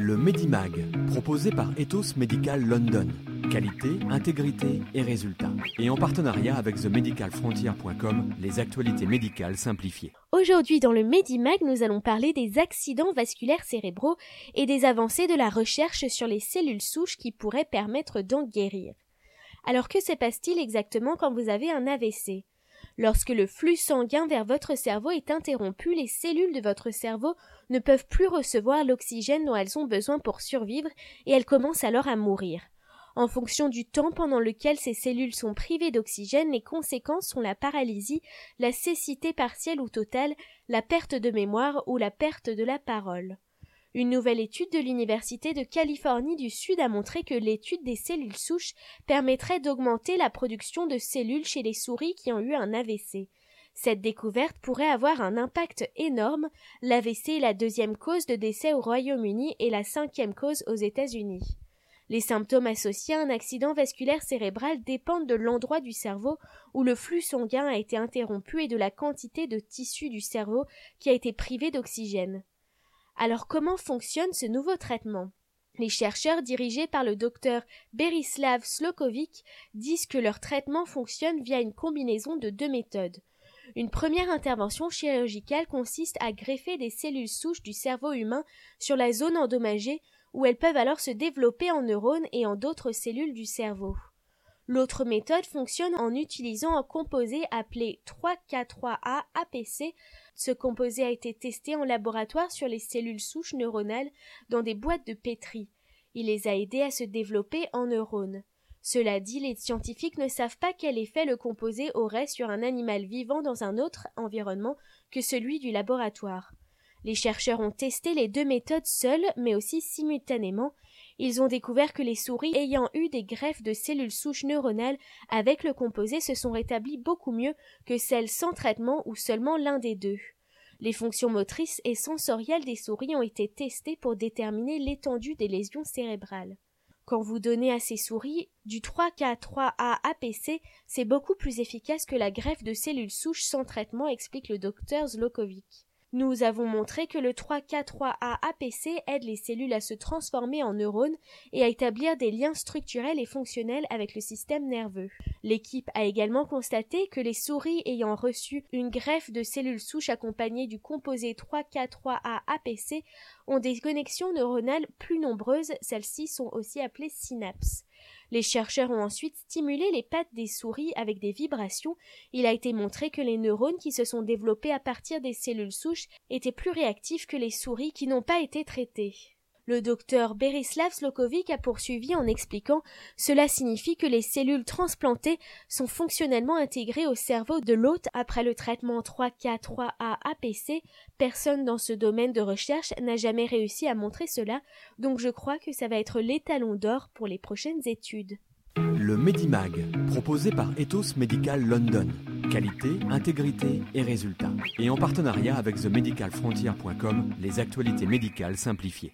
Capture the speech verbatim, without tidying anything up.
Le Medimag, proposé par Ethos Medical London. Qualité, intégrité et résultats. Et en partenariat avec the medical frontier point com, les actualités médicales simplifiées. Aujourd'hui dans le Medimag, nous allons parler des accidents vasculaires cérébraux et des avancées de la recherche sur les cellules souches qui pourraient permettre d'en guérir. Alors que se passe-t-il exactement quand vous avez un A V C ? Lorsque le flux sanguin vers votre cerveau est interrompu, les cellules de votre cerveau ne peuvent plus recevoir l'oxygène dont elles ont besoin pour survivre et elles commencent alors à mourir. En fonction du temps pendant lequel ces cellules sont privées d'oxygène, les conséquences sont la paralysie, la cécité partielle ou totale, la perte de mémoire ou la perte de la parole. Une nouvelle étude de l'Université de Californie du Sud a montré que l'étude des cellules souches permettrait d'augmenter la production de cellules chez les souris qui ont eu un A V C. Cette découverte pourrait avoir un impact énorme. L'A V C est la deuxième cause de décès au Royaume-Uni et la cinquième cause aux États-Unis. Les symptômes associés à un accident vasculaire cérébral dépendent de l'endroit du cerveau où le flux sanguin a été interrompu et de la quantité de tissu du cerveau qui a été privé d'oxygène. Alors comment fonctionne ce nouveau traitement ? Les chercheurs dirigés par le docteur Berislav Slowkovic disent que leur traitement fonctionne via une combinaison de deux méthodes. Une première intervention chirurgicale consiste à greffer des cellules souches du cerveau humain sur la zone endommagée où elles peuvent alors se développer en neurones et en d'autres cellules du cerveau. L'autre méthode fonctionne en utilisant un composé appelé trois K trois A A P C. Ce composé a été testé en laboratoire sur les cellules souches neuronales dans des boîtes de pétri. Il les a aidées à se développer en neurones. Cela dit, les scientifiques ne savent pas quel effet le composé aurait sur un animal vivant dans un autre environnement que celui du laboratoire. Les chercheurs ont testé les deux méthodes seules, mais aussi simultanément. Ils ont découvert que les souris ayant eu des greffes de cellules souches neuronales avec le composé se sont rétablies beaucoup mieux que celles sans traitement ou seulement l'un des deux. Les fonctions motrices et sensorielles des souris ont été testées pour déterminer l'étendue des lésions cérébrales. Quand vous donnez à ces souris du trois K trois A A P C, c'est beaucoup plus efficace que la greffe de cellules souches sans traitement, explique le docteur Slowkovic. Nous avons montré que le trois K trois A A P C aide les cellules à se transformer en neurones et à établir des liens structurels et fonctionnels avec le système nerveux. L'équipe a également constaté que les souris ayant reçu une greffe de cellules souches accompagnée du composé trois K trois A A P C ont des connexions neuronales plus nombreuses, celles-ci sont aussi appelées synapses. Les chercheurs ont ensuite stimulé les pattes des souris avec des vibrations. Il a été montré que les neurones qui se sont développés à partir des cellules souches étaient plus réactifs que les souris qui n'ont pas été traitées. Le docteur Berislav Slowkovic a poursuivi en expliquant « Cela signifie que les cellules transplantées sont fonctionnellement intégrées au cerveau de l'hôte après le traitement trois K trois A A P C. Personne dans ce domaine de recherche n'a jamais réussi à montrer cela, donc je crois que ça va être l'étalon d'or pour les prochaines études. » Le Medimag, proposé par Ethos Medical London. Qualité, intégrité et résultats. Et en partenariat avec the medical frontier point com, les actualités médicales simplifiées.